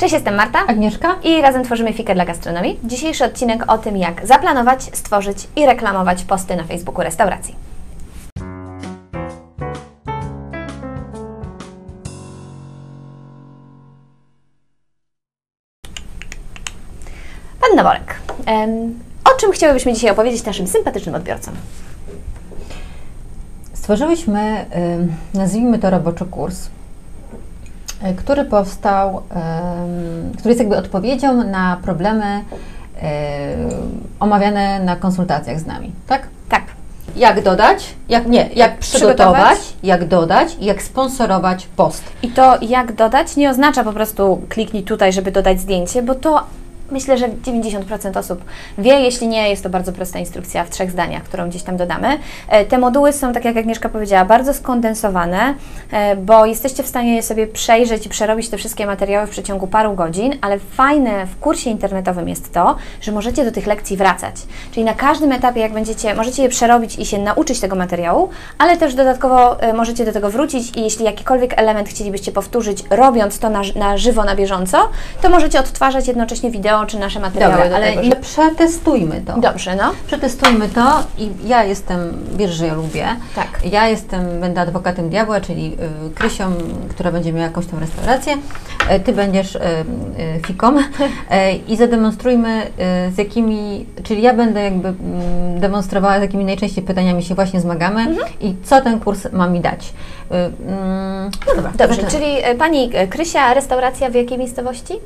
Cześć, jestem Marta, Agnieszka i razem tworzymy Fikę dla gastronomii. Dzisiejszy odcinek o tym, jak zaplanować, stworzyć i reklamować posty na Facebooku restauracji. Pan Noworek, o czym chciałybyśmy dzisiaj opowiedzieć naszym sympatycznym odbiorcom? Stworzyłyśmy, nazwijmy to roboczy kurs, który powstał, który jest jakby odpowiedzią na problemy omawiane na konsultacjach z nami, tak? Tak. Jak dodać, jak przygotować, jak dodać i jak sponsorować post. I to jak dodać nie oznacza po prostu kliknij tutaj, żeby dodać zdjęcie, bo to myślę, że 90% osób wie, jeśli nie, jest to bardzo prosta instrukcja w 3 zdaniach, którą gdzieś tam dodamy. Te moduły są, tak jak Agnieszka powiedziała, bardzo skondensowane, bo jesteście w stanie je sobie przejrzeć i przerobić te wszystkie materiały w przeciągu paru godzin, ale fajne w kursie internetowym jest to, że możecie do tych lekcji wracać. Czyli na każdym etapie, jak będziecie, możecie je przerobić i się nauczyć tego materiału, ale też dodatkowo możecie do tego wrócić i jeśli jakikolwiek element chcielibyście powtórzyć, robiąc to na żywo, na bieżąco, to możecie odtwarzać jednocześnie wideo czy nasze materiały. Dobra, ale przetestujmy to. Dobrze, no. Przetestujmy to i ja jestem, wiesz, że ja lubię. Tak. Ja będę adwokatem diabła, czyli Krysią, która będzie miała jakąś tam restaurację. Ty będziesz Fiką i zademonstrujmy z jakimi, czyli ja będę jakby demonstrowała, z jakimi najczęściej pytaniami się właśnie zmagamy i co ten kurs ma mi dać. No dobra. Dobrze, czyli Pani Krysia, restauracja w jakiej miejscowości?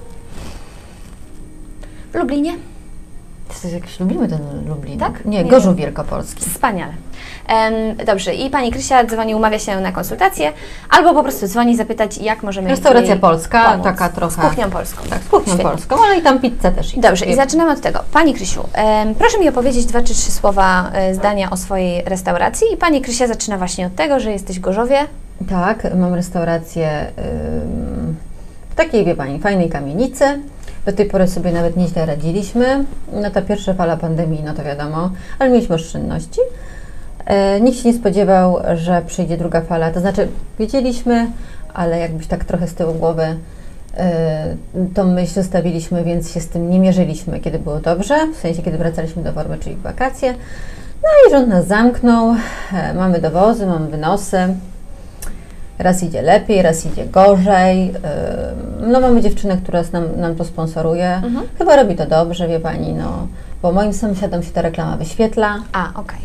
W Lublinie? Jakoś lubimy ten Lublin. Tak? Nie, Gorzów Wielkopolski. Wspaniale. Dobrze, i Pani Krysia dzwoni, umawia się na konsultację, albo po prostu dzwoni zapytać, jak możemy Restauracja polska, pomóc. taka trochę. Z kuchnią polską. Tak, z kuchnią polską, ale i tam pizzę też. Dobrze, i zaczynamy od tego. Pani Krysiu, proszę mi opowiedzieć 2 czy 3 słowa, zdania o swojej restauracji. I Pani Krysia zaczyna właśnie od tego, że jesteś w Gorzowie. Tak, mam restaurację w takiej, wie Pani, fajnej kamienicy. Do tej pory sobie nawet nieźle radziliśmy. No ta pierwsza fala pandemii, no to wiadomo, ale mieliśmy oszczędności. Nikt się nie spodziewał, że przyjdzie druga fala. To znaczy, wiedzieliśmy, ale jakbyś tak trochę z tyłu głowy tą myśl zostawiliśmy, więc się z tym nie mierzyliśmy, kiedy było dobrze, w sensie, kiedy wracaliśmy do formy, czyli w wakacje. No i rząd nas zamknął, mamy dowozy, mamy wynosy. Raz idzie lepiej, raz idzie gorzej. No mamy dziewczynę, która nam to sponsoruje. Chyba robi to dobrze, wie Pani, no. Bo moim sąsiadom się ta reklama wyświetla. A, okej.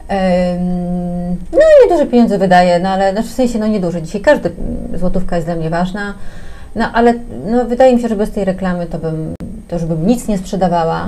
No i nieduże pieniądze wydaje, no ale w sensie, no nieduże. Dzisiaj każda złotówka jest dla mnie ważna. No ale no, wydaje mi się, że bez tej reklamy to już bym nic nie sprzedawała.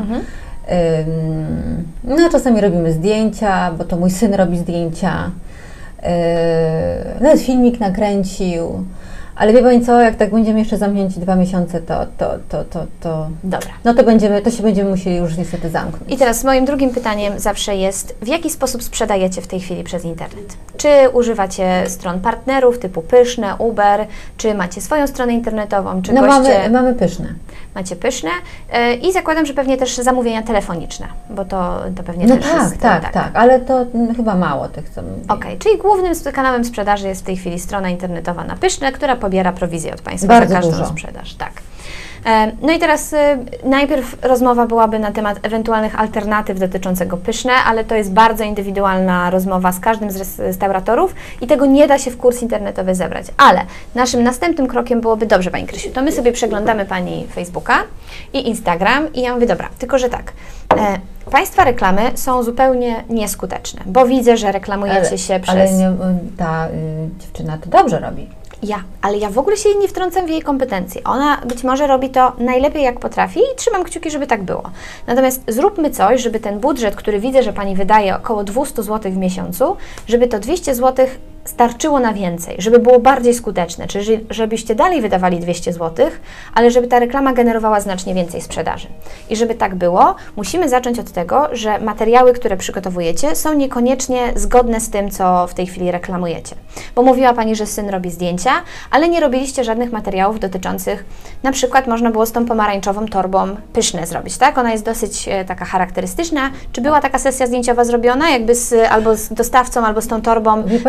No czasami robimy zdjęcia, bo to mój syn robi zdjęcia. Nawet filmik nakręcił, ale wie Pani co, jak tak będziemy jeszcze zamknięci 2 miesiące, to Dobra. No to się będziemy musieli już niestety zamknąć. I teraz moim drugim pytaniem zawsze jest, w jaki sposób sprzedajecie w tej chwili przez internet? Czy używacie stron partnerów typu Pyszne, Uber, czy macie swoją stronę internetową, czy no goście... mamy Pyszne. Macie Pyszne i zakładam, że pewnie też zamówienia telefoniczne, bo to pewnie no też tak, jest... tak, ale to chyba mało tych, co... Okej, czyli głównym kanałem sprzedaży jest w tej chwili strona internetowa na Pyszne, która pobiera prowizję od Państwa bardzo za każdą dużo sprzedaż. Tak. No i teraz najpierw rozmowa byłaby na temat ewentualnych alternatyw dotyczącego Pyszne, ale to jest bardzo indywidualna rozmowa z każdym z restauratorów i tego nie da się w kurs internetowy zebrać. Ale naszym następnym krokiem byłoby, dobrze Pani Krysiu, to my sobie przeglądamy Pani Facebooka i Instagram i ja mówię, dobra, tylko że tak, Państwa reklamy są zupełnie nieskuteczne, bo widzę, że reklamujecie się przez... Ale ta dziewczyna to dobrze robi. Ale ja w ogóle się nie wtrącam w jej kompetencje. Ona być może robi to najlepiej jak potrafi i trzymam kciuki, żeby tak było. Natomiast zróbmy coś, żeby ten budżet, który widzę, że Pani wydaje około 200 zł w miesiącu, żeby to 200 zł starczyło na więcej, żeby było bardziej skuteczne, czyli żebyście dalej wydawali 200 zł, ale żeby ta reklama generowała znacznie więcej sprzedaży. I żeby tak było, musimy zacząć od tego, że materiały, które przygotowujecie, są niekoniecznie zgodne z tym, co w tej chwili reklamujecie. Bo mówiła Pani, że syn robi zdjęcia, ale nie robiliście żadnych materiałów dotyczących, na przykład można było z tą pomarańczową torbą Pyszne zrobić, tak? Ona jest dosyć taka charakterystyczna. Czy była taka sesja zdjęciowa zrobiona, jakby albo z dostawcą, albo z tą torbą Pysznego,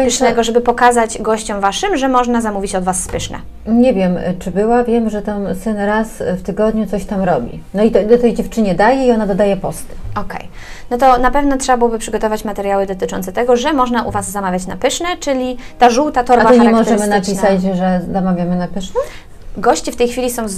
żeby pokazać gościom Waszym, że można zamówić od Was spyszne? Nie wiem, czy była, wiem, że tam syn raz w tygodniu coś tam robi. No i to do tej dziewczynie daje i ona dodaje posty. Okej. No to na pewno trzeba byłoby przygotować materiały dotyczące tego, że można u Was zamawiać na pyszne, czyli ta żółta torba A to nie charakterystyczna. możemy napisać, że zamawiamy na pyszne? Goście w tej chwili są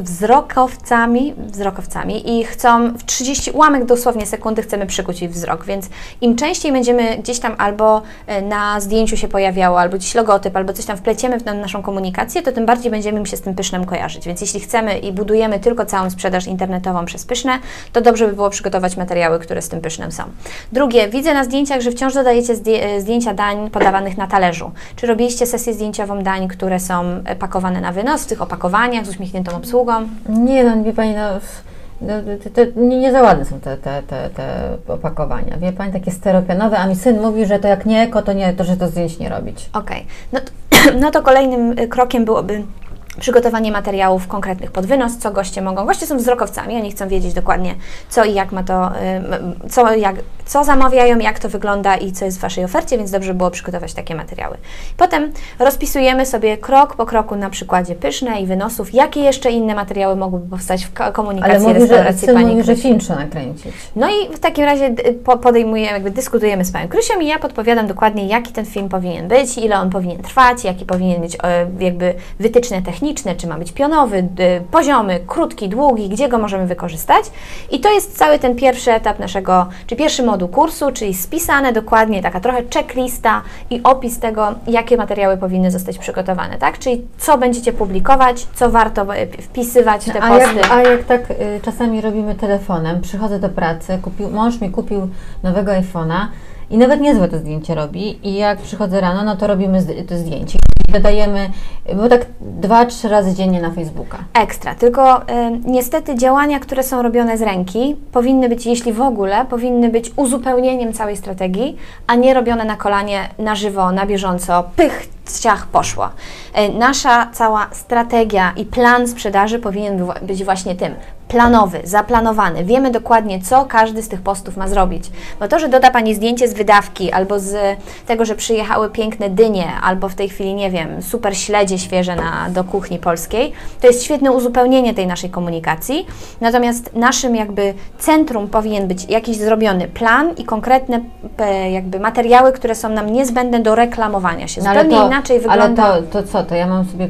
wzrokowcami i chcą w 30 ułamek dosłownie sekundy chcemy przykuć ich wzrok, więc im częściej będziemy gdzieś tam albo na zdjęciu się pojawiało, albo gdzieś logotyp, albo coś tam wpleciemy w naszą komunikację, to tym bardziej będziemy im się z tym pysznem kojarzyć. Więc jeśli chcemy i budujemy tylko całą sprzedaż internetową przez pyszne, to dobrze by było przygotować materiały, które z tym pysznem są. Drugie, widzę na zdjęciach, że wciąż dodajecie zdjęcia dań podawanych na talerzu. Czy robiliście sesję zdjęciową dań, które są pakowane na wynos w tych opakowaniach z uśmiechniętą obsługą? Nie, no wie Pani, nie za ładne są te opakowania. Wie Pani, takie steropianowe, a mi syn mówi, że to jak nie eko, to nie, to że to zdjęć nie robić. Okej. No to kolejnym krokiem byłoby przygotowanie materiałów konkretnych pod wynos, co goście mogą. Goście są wzrokowcami, oni chcą wiedzieć dokładnie, co i jak ma to, co zamawiają, jak to wygląda i co jest w Waszej ofercie, więc dobrze było przygotować takie materiały. Potem rozpisujemy sobie krok po kroku na przykładzie pyszne i wynosów, jakie jeszcze inne materiały mogłyby powstać w komunikacji restauracji Pani Pani mówi, że Krysi. film trzeba nakręcić. No i w takim razie dyskutujemy z Panią Krysią i ja podpowiadam dokładnie, jaki ten film powinien być, ile on powinien trwać, jaki powinien mieć jakby wytyczne techniczne, czy ma być pionowy, poziomy, krótki, długi, gdzie go możemy wykorzystać. I to jest cały ten pierwszy etap naszego, czy pierwszy moduł kursu, czyli spisane dokładnie, taka trochę checklista i opis tego, jakie materiały powinny zostać przygotowane, tak? Czyli co będziecie publikować, co warto wpisywać w te posty. A jak tak czasami robimy telefonem, przychodzę do pracy, mąż mi kupił nowego iPhone'a i nawet niezłe to zdjęcie robi i jak przychodzę rano, no to robimy to zdjęcie. Dodajemy, bo tak 2-3 razy dziennie na Facebooka. Ekstra, tylko niestety działania, które są robione z ręki, powinny być, jeśli w ogóle, powinny być uzupełnieniem całej strategii, a nie robione na kolanie, na żywo, na bieżąco, pych, ciach, poszło. Nasza cała strategia i plan sprzedaży powinien być właśnie tym. Planowy, zaplanowany. Wiemy dokładnie, co każdy z tych postów ma zrobić. Bo to, że doda Pani zdjęcie z wydawki, albo z tego, że przyjechały piękne dynie, albo w tej chwili, nie wiem, super śledzie świeże do kuchni polskiej, to jest świetne uzupełnienie tej naszej komunikacji. Natomiast naszym jakby centrum powinien być jakiś zrobiony plan i konkretne jakby materiały, które są nam niezbędne do reklamowania się. Zupełnie inaczej wygląda... Ale to co? To ja mam sobie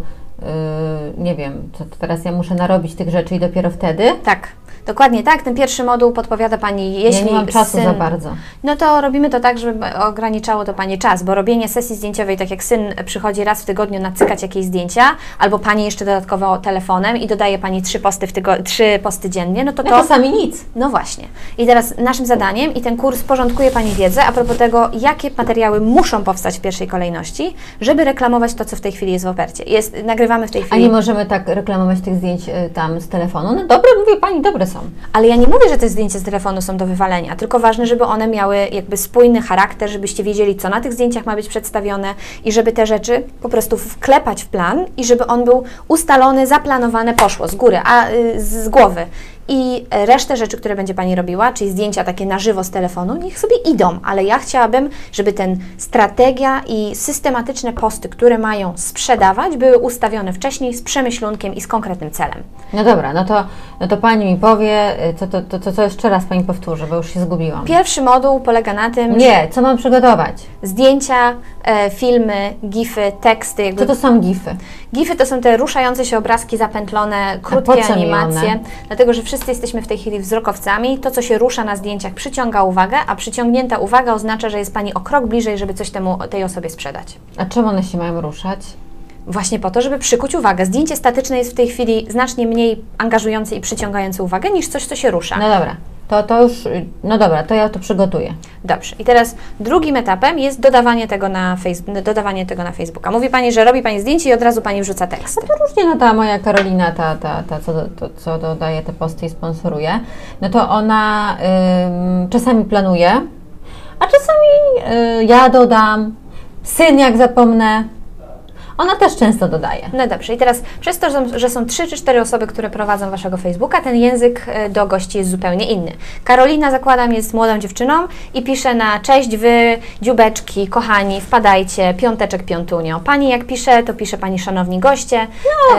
nie wiem, to teraz ja muszę narobić tych rzeczy i dopiero wtedy? Tak. Dokładnie tak, ten pierwszy moduł podpowiada Pani, jeśli ja nie mam czasu za bardzo. No to robimy to tak, żeby ograniczało to Pani czas, bo robienie sesji zdjęciowej, tak jak syn przychodzi raz w tygodniu nacykać jakieś zdjęcia, albo Pani jeszcze dodatkowo telefonem i dodaje Pani 3 posty dziennie, no to to czasami nic. No właśnie. I teraz naszym zadaniem i ten kurs porządkuje Pani wiedzę a propos tego, jakie materiały muszą powstać w pierwszej kolejności, żeby reklamować to, co w tej chwili jest w ofercie. Nagrywamy w tej chwili... A nie możemy tak reklamować tych zdjęć tam z telefonu? No dobre, mówię Pani, dobre są. Ale ja nie mówię, że te zdjęcia z telefonu są do wywalenia, tylko ważne, żeby one miały jakby spójny charakter, żebyście wiedzieli, co na tych zdjęciach ma być przedstawione i żeby te rzeczy po prostu wklepać w plan i żeby on był ustalony, zaplanowane, poszło z góry, z głowy. I resztę rzeczy, które będzie Pani robiła, czyli zdjęcia takie na żywo z telefonu, niech sobie idą, ale ja chciałabym, żeby ten strategia i systematyczne posty, które mają sprzedawać, były ustawione wcześniej z przemyślunkiem i z konkretnym celem. No dobra, no to Pani mi powie, co jeszcze raz Pani powtórzy, bo już się zgubiłam. Pierwszy moduł polega na tym, Nie, co mam przygotować? Zdjęcia, filmy, gify, teksty. Jakby... Co to są gify? Gify to są te ruszające się obrazki zapętlone, krótkie animacje, dlatego że wszyscy jesteśmy w tej chwili wzrokowcami. To, co się rusza na zdjęciach, przyciąga uwagę, a przyciągnięta uwaga oznacza, że jest Pani o krok bliżej, żeby coś tej osobie sprzedać. A czemu one się mają ruszać? Właśnie po to, żeby przykuć uwagę. Zdjęcie statyczne jest w tej chwili znacznie mniej angażujące i przyciągające uwagę niż coś, co się rusza. No dobra. To już, no dobra, to ja to przygotuję. Dobrze. I teraz drugim etapem jest dodawanie tego na Facebooka. Mówi Pani, że robi Pani zdjęcie i od razu Pani wrzuca teksty. No to różnie, no ta moja Karolina, co dodaje te posty i sponsoruje, no to ona czasami planuje, a czasami ja dodam, syn jak zapomnę, ona też często dodaje. No dobrze, i teraz przez to, że są 3 czy 4 osoby, które prowadzą Waszego Facebooka, ten język do gości jest zupełnie inny. Karolina, zakładam, jest młodą dziewczyną i pisze na cześć wy, dziubeczki, kochani, wpadajcie, piąteczek, piątunio. Pani jak pisze, to pisze Pani szanowni goście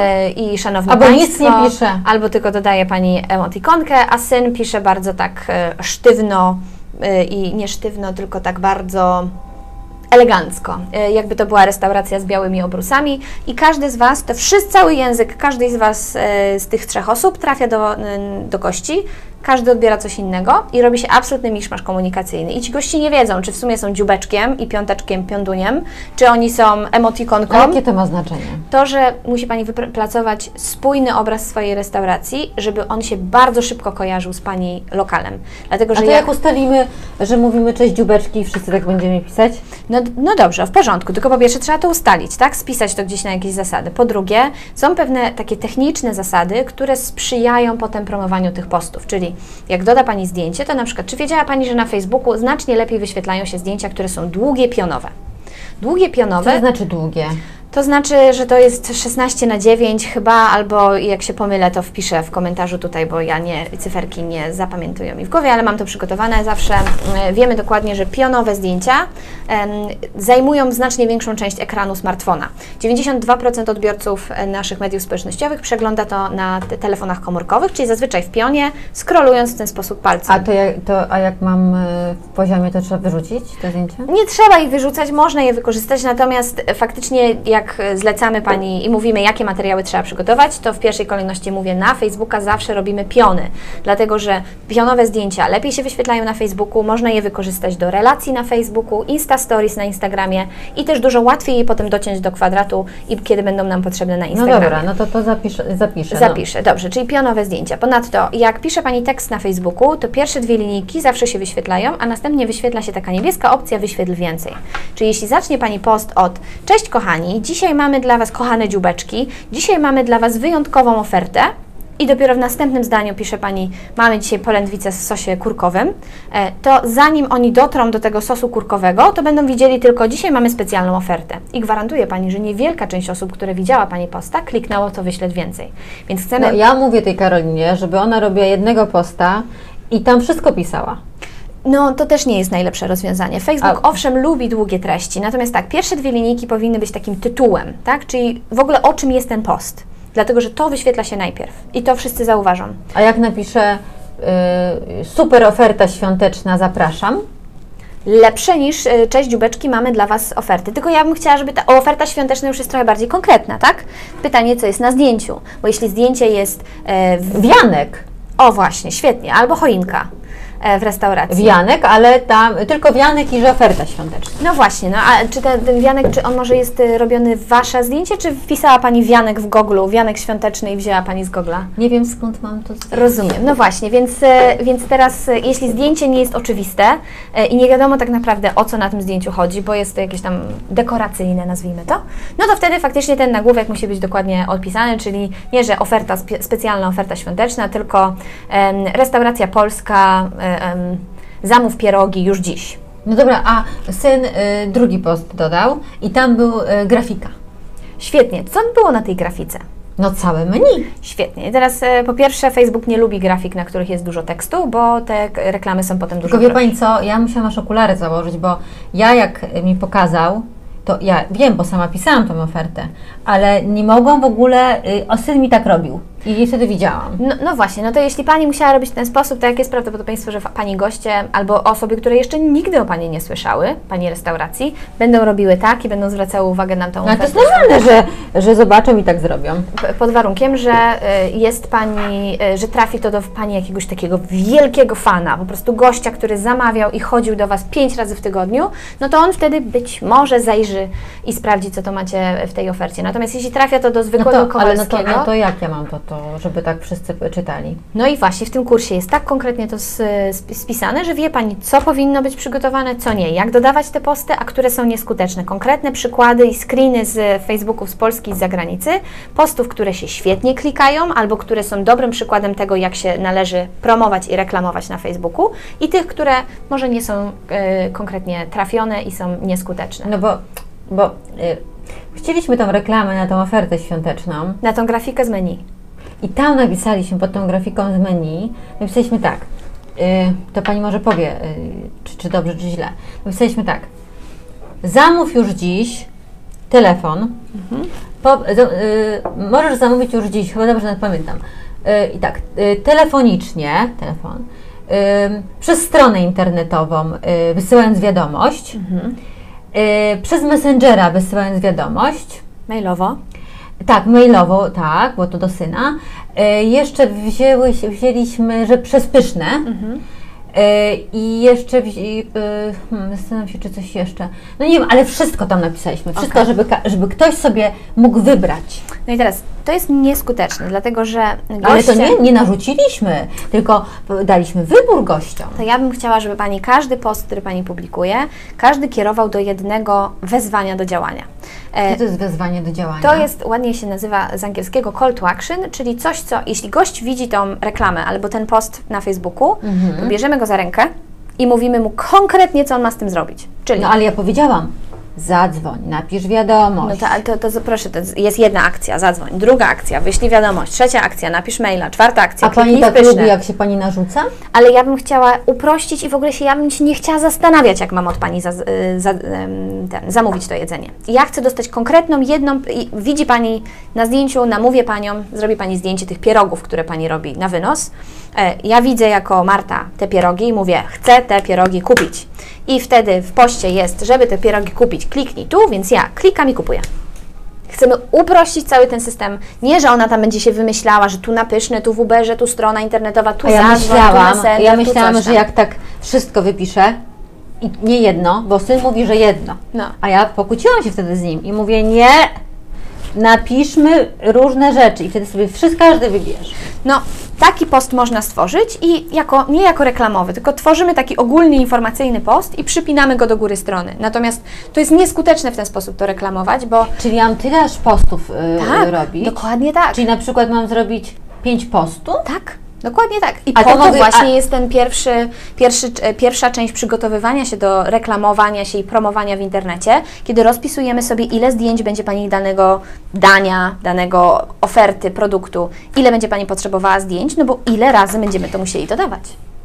i szanowni albo państwo. nic nie pisze. Albo tylko dodaje Pani emotikonkę, a syn pisze bardzo tak sztywno i nie sztywno, tylko tak bardzo elegancko, jakby to była restauracja z białymi obrusami i każdy z Was, cały język każdej z Was z tych 3 osób trafia do gości, każdy odbiera coś innego i robi się absolutny miszmasz komunikacyjny. I ci gości nie wiedzą, czy w sumie są dziubeczkiem i piąteczkiem, piąduniem, czy oni są emotikonką. A jakie to ma znaczenie? To, że musi Pani wypracować spójny obraz swojej restauracji, żeby on się bardzo szybko kojarzył z Pani lokalem. Dlatego, że A to jak ustalimy, że mówimy cześć dziubeczki i wszyscy tak będziemy pisać? No dobrze, w porządku, tylko po pierwsze trzeba to ustalić, tak? Spisać to gdzieś na jakieś zasady. Po drugie, są pewne takie techniczne zasady, które sprzyjają potem promowaniu tych postów, czyli jak doda Pani zdjęcie, to na przykład, czy wiedziała Pani, że na Facebooku znacznie lepiej wyświetlają się zdjęcia, które są długie, pionowe? Długie, pionowe... Co to znaczy długie? To znaczy, że to jest 16:9 chyba, albo jak się pomylę, to wpiszę w komentarzu tutaj, bo ja cyferki nie zapamiętują mi w głowie, ale mam to przygotowane zawsze. Wiemy dokładnie, że pionowe zdjęcia zajmują znacznie większą część ekranu smartfona. 92% odbiorców naszych mediów społecznościowych przegląda to na telefonach komórkowych, czyli zazwyczaj w pionie, scrollując w ten sposób palcem. A jak mam w poziomie, to trzeba wyrzucić te zdjęcia? Nie trzeba ich wyrzucać, można je wykorzystać, natomiast faktycznie jak zlecamy Pani i mówimy, jakie materiały trzeba przygotować, to w pierwszej kolejności mówię, na Facebooka zawsze robimy piony, dlatego że pionowe zdjęcia lepiej się wyświetlają na Facebooku, można je wykorzystać do relacji na Facebooku, Insta Stories na Instagramie i też dużo łatwiej je potem dociąć do kwadratu, i kiedy będą nam potrzebne na Instagramie. No dobra, no to zapiszę. Zapiszę, dobrze, czyli pionowe zdjęcia. Ponadto, jak pisze Pani tekst na Facebooku, to pierwsze 2 linijki zawsze się wyświetlają, a następnie wyświetla się taka niebieska opcja wyświetl więcej. Czyli jeśli zacznie Pani post od cześć kochani, dzisiaj mamy dla Was, kochane dziubeczki, dzisiaj mamy dla Was wyjątkową ofertę i dopiero w następnym zdaniu pisze Pani, mamy dzisiaj polędwicę w sosie kurkowym, to zanim oni dotrą do tego sosu kurkowego, to będą widzieli tylko, dzisiaj mamy specjalną ofertę. I gwarantuję Pani, że niewielka część osób, które widziała Pani posta, kliknęło to wyśleć więcej. Więc chcemy... No, ja mówię tej Karolinie, żeby ona robiła jednego posta i tam wszystko pisała. No, to też nie jest najlepsze rozwiązanie. Facebook owszem lubi długie treści, natomiast tak, pierwsze 2 linijki powinny być takim tytułem, tak? Czyli w ogóle o czym jest ten post. Dlatego, że to wyświetla się najpierw i to wszyscy zauważą. A jak napiszę super oferta świąteczna, zapraszam? Lepsze niż cześć dziubeczki, mamy dla Was oferty. Tylko ja bym chciała, żeby ta oferta świąteczna już jest trochę bardziej konkretna, tak? Pytanie, co jest na zdjęciu, bo jeśli zdjęcie jest... Wianek. O właśnie, świetnie, albo choinka w restauracji. Wianek, ale tam tylko wianek i że oferta świąteczna. No właśnie, no a czy ten wianek, czy on może jest robiony w Wasze zdjęcie, czy wpisała Pani wianek w Google'u, wianek świąteczny i wzięła Pani z Google'a? Nie wiem, skąd mam to zdjęcie. Rozumiem, no właśnie, więc teraz jeśli zdjęcie nie jest oczywiste i nie wiadomo tak naprawdę, o co na tym zdjęciu chodzi, bo jest to jakieś tam dekoracyjne, nazwijmy to, no to wtedy faktycznie ten nagłówek musi być dokładnie odpisany, czyli nie, że oferta, specjalna oferta świąteczna, tylko restauracja polska, zamów pierogi już dziś. No dobra, a syn drugi post dodał i tam był grafika. Świetnie. Co było na tej grafice? No całe menu. Świetnie. I teraz po pierwsze Facebook nie lubi grafik, na których jest dużo tekstu, bo te reklamy są potem dużo Tylko wie Pani co, ja musiałam aż okulary założyć, bo ja jak mi pokazał, to ja wiem, bo sama pisałam tą ofertę, ale nie mogłam w ogóle, syn mi tak robił i wtedy widziałam. No właśnie, no to jeśli Pani musiała robić w ten sposób, to jakie jest prawdopodobieństwo, że Pani goście albo osoby, które jeszcze nigdy o Pani nie słyszały, Pani restauracji, będą robiły tak i będą zwracały uwagę na tą ofertę. Ale to jest normalne, że zobaczą i tak zrobią. Pod warunkiem, że jest Pani, że trafi to do Pani jakiegoś takiego wielkiego fana, po prostu gościa, który zamawiał i chodził do Was 5 razy w tygodniu, no to on wtedy być może zajrzy i sprawdzi, co to macie w tej ofercie. Natomiast jeśli trafia to do zwykłego Kowalskiego... No to jak ja mam to, żeby tak wszyscy czytali? No i właśnie w tym kursie jest tak konkretnie to spisane, że wie Pani, co powinno być przygotowane, co nie, jak dodawać te posty, a które są nieskuteczne. Konkretne przykłady i screeny z Facebooków z Polski i z zagranicy, postów, które się świetnie klikają, albo które są dobrym przykładem tego, jak się należy promować i reklamować na Facebooku, i tych, które może nie są konkretnie trafione i są nieskuteczne. No bo Chcieliśmy tą reklamę na tą ofertę świąteczną Na tą grafikę z menu. i tam napisaliśmy pod tą grafiką z menu, napisaliśmy tak, to Pani może powie, czy dobrze, czy źle. Napisaliśmy tak, zamów już dziś telefon, możesz zamówić już dziś, chyba dobrze nawet pamiętam, i tak, telefonicznie, przez stronę internetową wysyłając wiadomość, przez Messengera wysyłając wiadomość, Mailowo. tak, mailowo, tak, było to do syna. Jeszcze wzięliśmy, że przez Pyszne. I jeszcze, zastanawiam się, czy coś jeszcze. No nie wiem, ale wszystko tam napisaliśmy. Wszystko, żeby ktoś sobie mógł wybrać. No i teraz, to jest nieskuteczne, dlatego że goście... Ale to nie narzuciliśmy, tylko daliśmy wybór gościom. To ja bym chciała, żeby Pani każdy post, który Pani publikuje, każdy kierował do jednego wezwania do działania. Co to jest wezwanie do działania? To jest, ładnie się nazywa z angielskiego call to action, czyli coś, co jeśli gość widzi tą reklamę albo ten post na Facebooku, to bierzemy go za rękę i mówimy mu konkretnie, co on ma z tym zrobić. Czyli... No ale ja powiedziałam, zadzwoń, napisz wiadomość. No to proszę, to jest jedna akcja, zadzwoń, druga akcja, wyślij wiadomość, trzecia akcja, napisz maila, czwarta akcja, a Pani kliknij tak w Pyszne. lubi, jak się Pani narzuca? Ale ja bym chciała uprościć i w ogóle ja bym się nie chciała zastanawiać, jak mam od Pani zamówić to jedzenie. Ja chcę dostać konkretną, jedną, widzi Pani na zdjęciu, namówię Panią, zrobi Pani zdjęcie tych pierogów, które Pani robi na wynos. Ja widzę jako Marta te pierogi i mówię, chcę te pierogi kupić. I wtedy w poście jest, żeby te pierogi kupić, kliknij tu, więc ja klikam i kupuję. Chcemy uprościć cały ten system. Nie, że ona tam będzie się wymyślała, że tu na Pyszne, tu w Uberze, tu strona internetowa, tu zadzwoń, tu Messenger, ja tu myślałam, coś że tam. jak tak wszystko wypiszę i nie jedno, bo syn mówi, że jedno. No. A ja pokłóciłam się wtedy z nim i mówię, nie, napiszmy różne rzeczy i wtedy sobie każdy wybierze. No, taki post można stworzyć i nie jako reklamowy, tylko tworzymy taki ogólny informacyjny post i przypinamy go do góry strony. Natomiast to jest nieskuteczne w ten sposób to reklamować, bo... Czyli ja mam tyle aż postów robić? Dokładnie tak. Czyli na przykład mam zrobić 5 postów? Tak. Dokładnie tak. I A po to to mogę- właśnie jest ten pierwsza część przygotowywania się do reklamowania się i promowania w internecie, kiedy rozpisujemy sobie, ile zdjęć będzie Pani danego dania, danego oferty, produktu, ile będzie Pani potrzebowała zdjęć, no bo ile razy będziemy to musieli dodawać.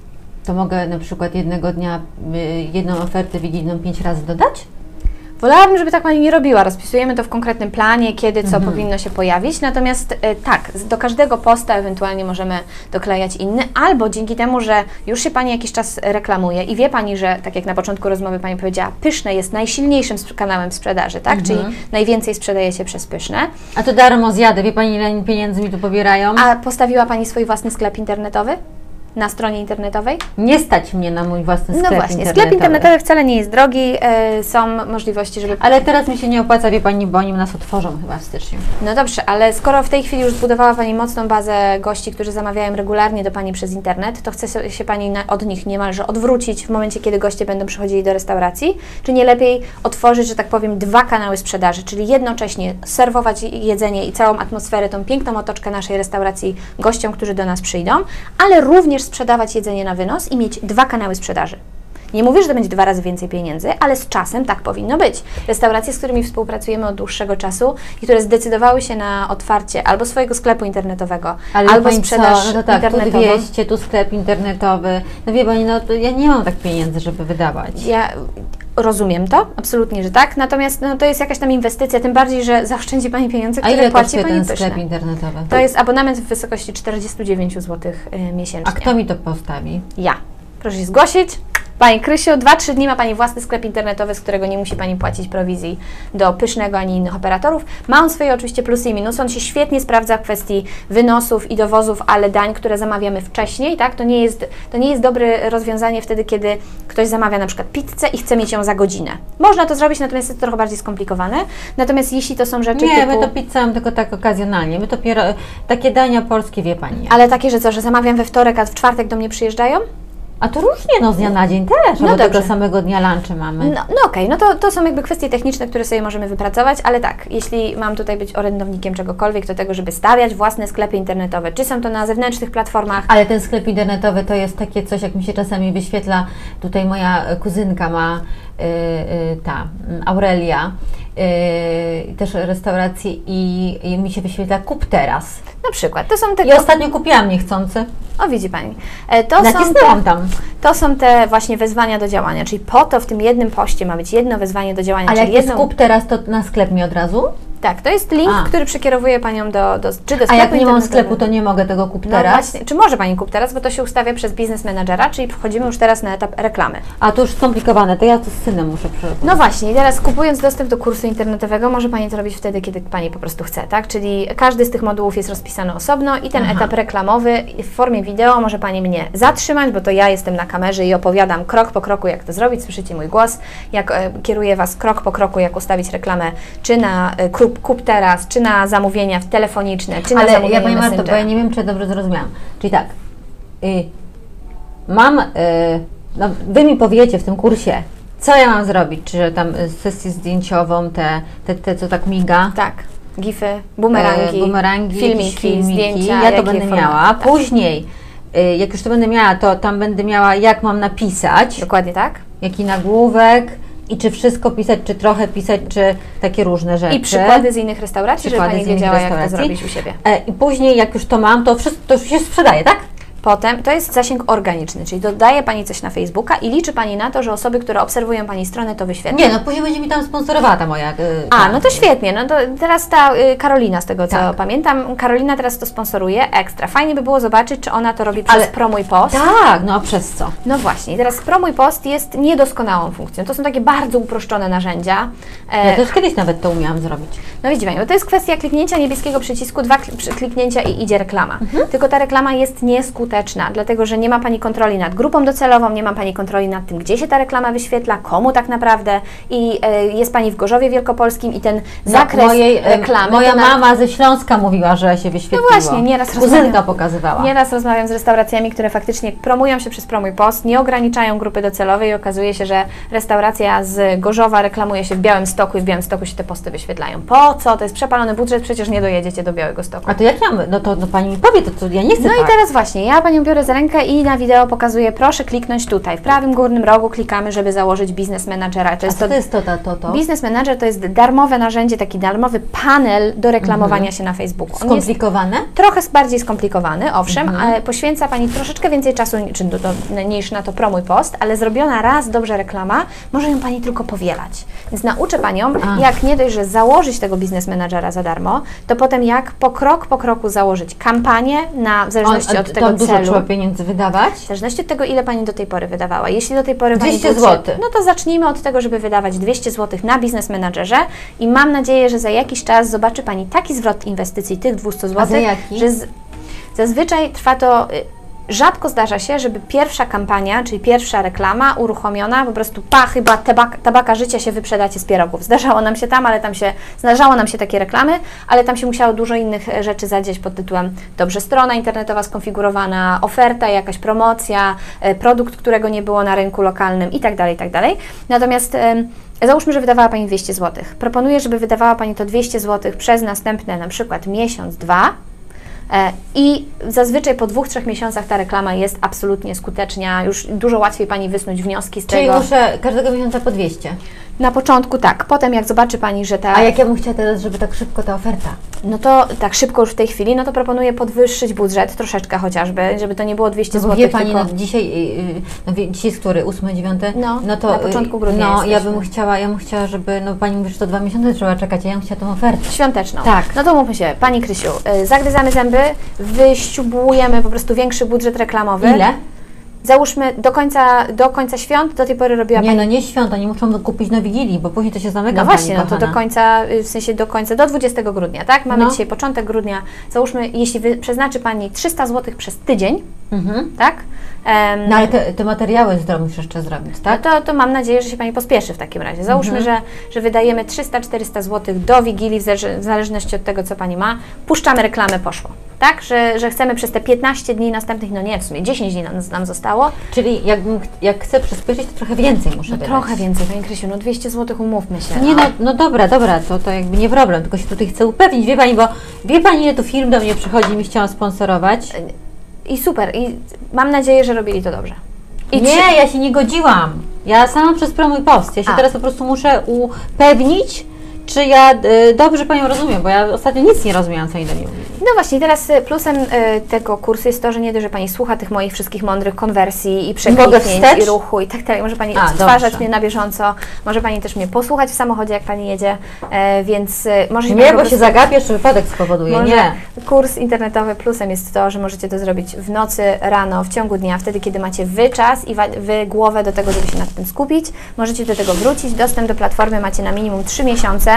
To mogę na przykład jednego dnia jedną ofertę wigilijną 5 razy dodać? Wolałabym, żeby tak Pani nie robiła. Rozpisujemy to w konkretnym planie, kiedy co powinno się pojawić. Natomiast tak, do każdego posta ewentualnie możemy doklejać inny, albo dzięki temu, że już się Pani jakiś czas reklamuje i wie Pani, że tak jak na początku rozmowy Pani powiedziała, Pyszne jest najsilniejszym kanałem sprzedaży, tak? Czyli najwięcej sprzedaje się przez Pyszne. A to darmo zjadę. Wie Pani, ile pieniędzy mi tu pobierają? A postawiła Pani swój własny sklep internetowy? Na stronie internetowej? Nie stać mnie na mój własny sklep No właśnie, internetowy. sklep internetowy wcale nie jest drogi, są możliwości, żeby... Ale teraz mi się nie opłaca, wie Pani, bo oni nas otworzą chyba w styczniu. No dobrze, ale skoro w tej chwili już zbudowała Pani mocną bazę gości, którzy zamawiają regularnie do Pani przez internet, to chce się Pani od nich niemalże odwrócić w momencie, kiedy goście będą przychodzili do restauracji? Czy nie lepiej otworzyć, że tak powiem, 2 kanały sprzedaży, czyli jednocześnie serwować jedzenie i całą atmosferę, tą piękną otoczkę naszej restauracji gościom, którzy do nas przyjdą, ale również sprzedawać jedzenie na wynos i mieć 2 kanały sprzedaży. Nie mówię, że to będzie 2 razy więcej pieniędzy, ale z czasem tak powinno być. Restauracje, z którymi współpracujemy od dłuższego czasu i które zdecydowały się na otwarcie albo swojego sklepu internetowego, albo Pani sprzedaż co? No to tak, internetową. tu 200, tu sklep internetowy. No wie Pani, no to ja nie mam tak pieniędzy, żeby wydawać. Ja rozumiem to, absolutnie, że tak, natomiast no, to jest jakaś tam inwestycja, tym bardziej, że zaoszczędzi Pani pieniądze, A które ile płaci kosztuje Pani ten Pyszne. sklep internetowy? To jest abonament w wysokości 49 zł miesięcznie. A kto mi to postawi? Ja. Proszę się zgłosić. Pani Krysiu, 2-3 dni ma Pani własny sklep internetowy, z którego nie musi Pani płacić prowizji do Pysznego ani innych operatorów. Ma on swoje oczywiście plusy i minusy. On się świetnie sprawdza w kwestii wynosów i dowozów, ale dań, które zamawiamy wcześniej, tak? To nie jest dobre rozwiązanie wtedy, kiedy ktoś zamawia na przykład pizzę i chce mieć ją za godzinę. Można to zrobić, natomiast jest to trochę bardziej skomplikowane. Natomiast jeśli to są rzeczy Nie, typu... my to pizzę mam tylko tak okazjonalnie. My to takie dania polskie, wie Pani. Ale takie, że co, że zamawiam we wtorek, a w czwartek do mnie przyjeżdżają? A to różnie, no z dnia na dzień też, No bo dobrze. tego samego dnia lunchy mamy. No okej, no to są jakby kwestie techniczne, które sobie możemy wypracować, ale tak, jeśli mam tutaj być orędownikiem czegokolwiek, to tego, żeby stawiać własne sklepy internetowe, czy są to na zewnętrznych platformach. Ale ten sklep internetowy to jest takie coś, jak mi się czasami wyświetla, tutaj moja kuzynka ma, Aurelia, też restaurację i mi się wyświetla kup teraz. Na przykład, to są te... I ostatnio kupiłam niechcący. O, widzi Pani. Nacisnęłam tam. To są te właśnie wezwania do działania, czyli po to w tym jednym poście ma być jedno wezwanie do działania. Ale czyli jak jest kup teraz, to na sklep mi od razu? Tak, to jest link, który przekierowuje Panią do sklepu. A jak nie mam sklepu, to nie mogę tego kup teraz? No właśnie, czy może Pani kup teraz, bo to się ustawia przez biznes menadżera, czyli wchodzimy już teraz na etap reklamy. A to już skomplikowane, to ja to z synem muszę przerobić. No właśnie, i teraz kupując dostęp do kursu internetowego, może Pani to robić wtedy, kiedy Pani po prostu chce, tak? Czyli każdy z tych modułów jest rozpisany osobno i ten etap reklamowy w formie wideo może Pani mnie zatrzymać, bo to ja jestem na kamerze i opowiadam krok po kroku, jak to zrobić, słyszycie mój głos, jak kieruję Was krok po kroku, jak ustawić reklamę, czy na kup teraz, czy na zamówienia telefoniczne, czy na zamówienia Pani Marto, Messengera. bo ja nie wiem, czy ja dobrze zrozumiałam. Czyli tak, Wy mi powiecie w tym kursie, co ja mam zrobić, czy tam sesję zdjęciową, te co tak miga. Tak, gify, bumerangi, filmiki, zdjęcia. Ja to będę miała. Tak. Później, jak już to będę miała, to tam będę miała, jak mam napisać. Dokładnie tak. Jaki nagłówek i czy wszystko pisać, czy trochę pisać, czy takie różne rzeczy. I przykłady z innych restauracji, żeby Pani wiedziała, jak to zrobić u siebie. I później, jak już to mam, to wszystko to już się sprzedaje, tak? Potem to jest zasięg organiczny, czyli dodaje Pani coś na Facebooka i liczy Pani na to, że osoby, które obserwują Pani stronę, to wyświetla. Nie, no później będzie mi tam sponsorowała ta moja... no to świetnie. No to teraz ta Karolina, z tego co Tak. pamiętam, Karolina teraz to sponsoruje, ekstra. Fajnie by było zobaczyć, czy ona to robi przez Promuj Post. Tak, no a przez co? No właśnie, teraz Promuj Post jest niedoskonałą funkcją. To są takie bardzo uproszczone narzędzia. Ja też kiedyś nawet to umiałam zrobić. No widzi Pani, bo to jest kwestia kliknięcia niebieskiego przycisku, 2 kliknięcia i idzie reklama. Tylko ta reklama jest nieskuteczna, dlatego że nie ma Pani kontroli nad grupą docelową, nie ma Pani kontroli nad tym, gdzie się ta reklama wyświetla, komu tak naprawdę i jest Pani w Gorzowie Wielkopolskim i ten zakres reklamy... Moja mama ze Śląska mówiła, że się wyświetliło. No właśnie, nieraz Kuzynka pokazywała. Nieraz rozmawiam z restauracjami, które faktycznie promują się przez Promuj Post, nie ograniczają grupy docelowej i okazuje się, że restauracja z Gorzowa reklamuje się w Białymstoku i w Białymstoku się te posty wyświetlają. Po co? To jest przepalony budżet, przecież nie dojedziecie do Białegostoku. A to jak ja, no to Pani mi powie, to ja nie chcę No tak. i teraz właśnie, ja Panią biorę za rękę i na wideo pokazuję, proszę kliknąć tutaj. W prawym górnym rogu klikamy, żeby założyć biznes menadżera. To jest to? Biznes Manager to jest darmowe narzędzie, taki darmowy panel do reklamowania się na Facebooku. On jest Skomplikowane? trochę bardziej skomplikowany, owszem, ale poświęca Pani troszeczkę więcej czasu niż na to Promuj Post, ale zrobiona raz dobrze reklama, może ją Pani tylko powielać. Więc nauczę Panią, jak nie dość, że założyć tego biznes menadżera za darmo, to potem jak krok po kroku założyć kampanię w zależności od tego dużo celu. trzeba pieniędzy wydawać? W zależności od tego, ile Pani do tej pory wydawała. Jeśli do tej pory 200 zł. No to zacznijmy od tego, żeby wydawać 200 zł na biznes menadżerze i mam nadzieję, że za jakiś czas zobaczy Pani taki zwrot inwestycji tych 200 zł, A za jaki? że zazwyczaj trwa to... Rzadko zdarza się, żeby pierwsza kampania, czyli pierwsza reklama uruchomiona, po prostu chyba tabaka życia się wyprzedacie z pierogów. Zdarzało nam się tam, zdarzało nam się takie reklamy, ale tam się musiało dużo innych rzeczy zadzieć pod tytułem dobrze strona internetowa skonfigurowana, oferta, jakaś promocja, produkt, którego nie było na rynku lokalnym itd., itd. Natomiast załóżmy, że wydawała Pani 200 zł. Proponuję, żeby wydawała Pani to 200 zł przez następne na przykład miesiąc, 2. I zazwyczaj po 2-3 miesiącach ta reklama jest absolutnie skuteczna, już dużo łatwiej Pani wysnuć wnioski z tego. Czyli muszę każdego miesiąca po 200? Na początku tak, potem jak zobaczy Pani, że ta... A jak ja bym chciała teraz, żeby tak szybko ta oferta? No to tak szybko już w tej chwili, no to proponuję podwyższyć budżet troszeczkę chociażby, żeby to nie było 200 zł. Wie Pani, tylko... dzisiaj jest który? 8, 9? No to na początku grudnia ja jesteśmy. bym chciała, żeby, Pani mówi, że to 2 miesiące trzeba czekać, a ja bym chciała tą ofertę. Świąteczną. Tak. No to mówmy się, Pani Krysiu, zagryzamy zęby, wyśrubujemy po prostu większy budżet reklamowy. Ile? Załóżmy do końca świąt, do tej pory robiła Nie, Pani... no nie świąt, oni muszą kupić na Wigilii, bo później to się zamyka. No właśnie, Pani no to do końca, w sensie do 20 grudnia, tak? Mamy dzisiaj początek grudnia. Załóżmy, jeśli przeznaczy Pani 300 zł przez tydzień, tak? No ale te materiały musisz jeszcze zrobić, tak? No to mam nadzieję, że się Pani pospieszy w takim razie. Załóżmy, że wydajemy 300-400 zł do Wigilii, w zależności od tego, co Pani ma. Puszczamy reklamę, poszło. Tak? Że chcemy przez te 15 dni następnych, no nie, w sumie 10 dni nam zostało. Czyli jak chcę przyspieszyć, to trochę więcej muszę wydać. Trochę więcej, Pani Krysiu, 200 zł umówmy się. Nie, no dobra, to jakby nie problem, tylko się tutaj chcę upewnić, wie Pani, bo wie Pani, ile tu firm do mnie przychodzi i mi chciałam sponsorować. I super, i mam nadzieję, że robili to dobrze. Nie, ja się nie godziłam. Ja sama przez Promuj Post. Ja się teraz po prostu muszę upewnić, czy ja dobrze Panią rozumiem, bo ja ostatnio nic nie rozumiałam, co oni do mnie mówili. No właśnie, teraz plusem tego kursu jest to, że nie dość, że Pani słucha tych moich wszystkich mądrych konwersji i przekliknięć i ruchu i tak dalej. Może Pani odtwarzać mnie na bieżąco, może Pani też mnie posłuchać w samochodzie, jak Pani jedzie, więc może się... Nie, bo się zagapiesz, czy wypadek spowoduje, nie. Kurs internetowy plusem jest to, że możecie to zrobić w nocy, rano, w ciągu dnia, wtedy, kiedy macie Wy czas i Wy głowę do tego, żeby się nad tym skupić. Możecie do tego wrócić. Dostęp do platformy macie na minimum 3 miesiące.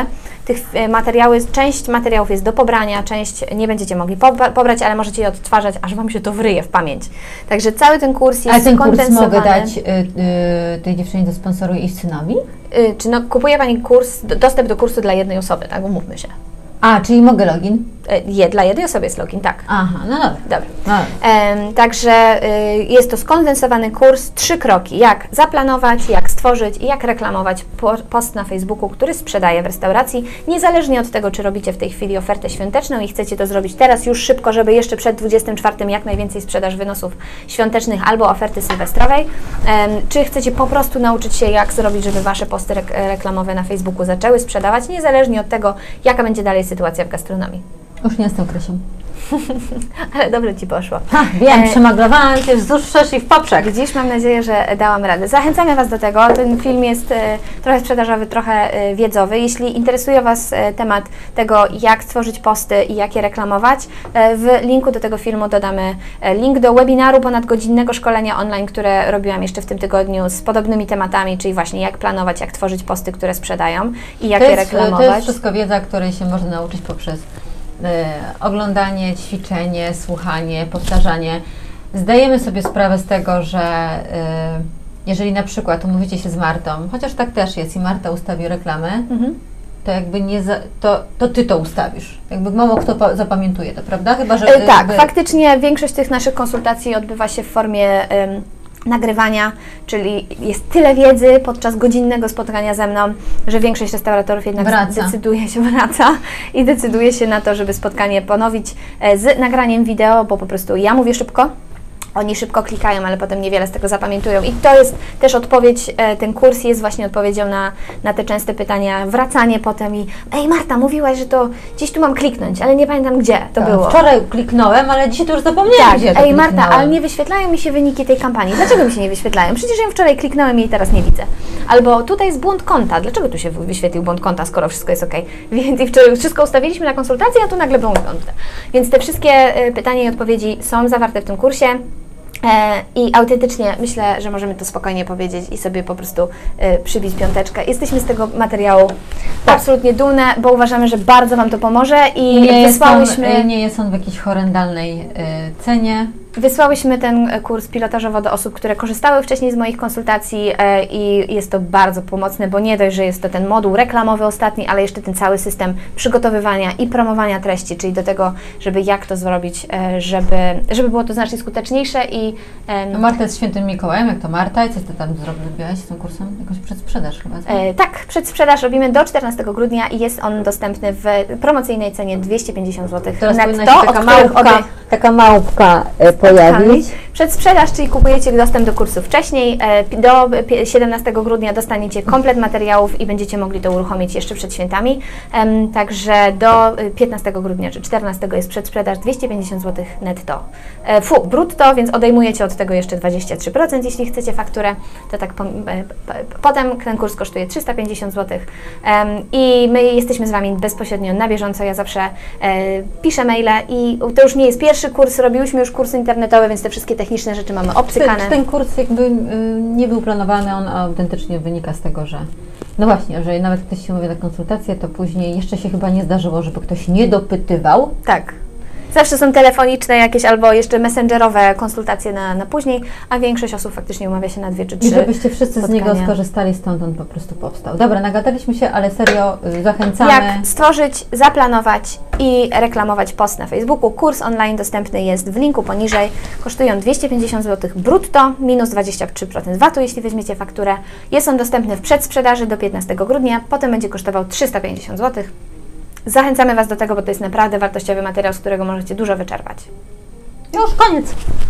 Część materiałów jest do pobrania, część nie będziecie mogli pobrać, ale możecie je odtwarzać, aż Wam się to wryje w pamięć. Także cały ten kurs jest skondensowany. A ten kurs mogę dać tej dziewczynie, do sponsoru i synowi? Czy kupuje Pani dostęp do kursu dla jednej osoby, tak? Umówmy się. A, czyli mogę login? Dla jednej osoby jest login, tak. Aha, no dobra. Dobra. Także jest to skondensowany kurs, 3 kroki, jak zaplanować, jak stworzyć i jak reklamować post na Facebooku, który sprzedaje w restauracji, niezależnie od tego, czy robicie w tej chwili ofertę świąteczną i chcecie to zrobić teraz już szybko, żeby jeszcze przed 24 jak najwięcej sprzedaż wynosów świątecznych albo oferty sylwestrowej, czy chcecie po prostu nauczyć się, jak zrobić, żeby Wasze posty reklamowe na Facebooku zaczęły sprzedawać, niezależnie od tego, jaka będzie dalej sytuacja w gastronomii. Już nie jestem Krysią. Ale dobrze Ci poszło. Wiem, przemaglowałam Cię wzdłuż, wszerz i w poprzek. Dziś mam nadzieję, że dałam radę. Zachęcamy Was do tego. Ten film jest trochę sprzedażowy, trochę wiedzowy. Jeśli interesuje Was temat tego, jak stworzyć posty i jak je reklamować, w linku do tego filmu dodamy link do webinaru ponadgodzinnego szkolenia online, które robiłam jeszcze w tym tygodniu z podobnymi tematami, czyli właśnie jak planować, jak tworzyć posty, które sprzedają i jak je reklamować. To jest wszystko wiedza, której się można nauczyć poprzez oglądanie, ćwiczenie, słuchanie, powtarzanie. Zdajemy sobie sprawę z tego, że jeżeli na przykład umówicie się z Martą, chociaż tak też jest i Marta ustawi reklamę, to jakby to Ty to ustawisz. Jakby mało kto zapamiętuje to, prawda? Chyba, że tak, faktycznie większość tych naszych konsultacji odbywa się w formie nagrywania, czyli jest tyle wiedzy podczas godzinnego spotkania ze mną, że większość restauratorów jednak decyduje się na to, żeby spotkanie ponowić z nagraniem wideo, bo po prostu ja mówię szybko, oni szybko klikają, ale potem niewiele z tego zapamiętują. I to jest też odpowiedź, ten kurs jest właśnie odpowiedzią na te częste pytania, wracanie potem i ej Marta, mówiłaś, że to gdzieś tu mam kliknąć, ale nie pamiętam gdzie to było. Wczoraj kliknąłem, ale dzisiaj to już zapomniałam, gdzie to ej Marta, ale nie wyświetlają mi się wyniki tej kampanii. Dlaczego mi się nie wyświetlają? Przecież ja wczoraj kliknąłem i jej teraz nie widzę. Albo tutaj jest błąd konta. Dlaczego tu się wyświetlił błąd konta, skoro wszystko jest ok? Więc i wczoraj wszystko ustawiliśmy na konsultację, a tu nagle błąd konta. Więc te wszystkie pytania i odpowiedzi są zawarte w tym kursie. I autentycznie myślę, że możemy to spokojnie powiedzieć i sobie po prostu przybić piąteczkę. Jesteśmy z tego materiału absolutnie dumne, bo uważamy, że bardzo Wam to pomoże i nie jest on w jakiejś horrendalnej cenie. Wysłałyśmy ten kurs pilotażowo do osób, które korzystały wcześniej z moich konsultacji i jest to bardzo pomocne, bo nie dość, że jest to ten moduł reklamowy ostatni, ale jeszcze ten cały system przygotowywania i promowania treści, czyli do tego, żeby jak to zrobić, żeby było to znacznie skuteczniejsze i... Marta jest Świętym Mikołajem, jak to Marta? I co Ty tam zrobiłaś z tym kursem? Jakąś przedsprzedaż chyba? Tak, przedsprzedaż robimy do 14 grudnia i jest on dostępny w promocyjnej cenie 250 zł. Teraz powinna się taka małpka pojawić. Przedsprzedaż, czyli kupujecie dostęp do kursu wcześniej, do 17 grudnia dostaniecie komplet materiałów i będziecie mogli to uruchomić jeszcze przed świętami. Także do 15 grudnia czy 14 jest przedsprzedaż 250 zł netto. Brutto, więc odejmujecie od tego jeszcze 23%, jeśli chcecie fakturę, to tak potem ten kurs kosztuje 350 zł i my jesteśmy z Wami bezpośrednio na bieżąco. Ja zawsze piszę maile i to już nie jest pierwszy kurs, robiłyśmy już kursy internetowe, więc te wszystkie techniczne rzeczy mamy obcykane. Ten kurs jakby nie był planowany, on autentycznie wynika z tego, że no właśnie, że nawet ktoś się mówi na konsultację, to później jeszcze się chyba nie zdarzyło, żeby ktoś nie dopytywał. Tak. Zawsze są telefoniczne jakieś albo jeszcze messengerowe konsultacje na później, a większość osób faktycznie umawia się na 2 czy 3 I żebyście wszyscy spotkania. z niego skorzystali, stąd on po prostu powstał. Dobra, nagadaliśmy się, ale serio zachęcamy. Jak stworzyć, zaplanować i reklamować post na Facebooku. Kurs online dostępny jest w linku poniżej. Kosztują 250 zł brutto, minus 23% VAT-u, jeśli weźmiecie fakturę. Jest on dostępny w przedsprzedaży do 15 grudnia, potem będzie kosztował 350 zł. Zachęcamy Was do tego, bo to jest naprawdę wartościowy materiał, z którego możecie dużo wyczerpać. Już koniec.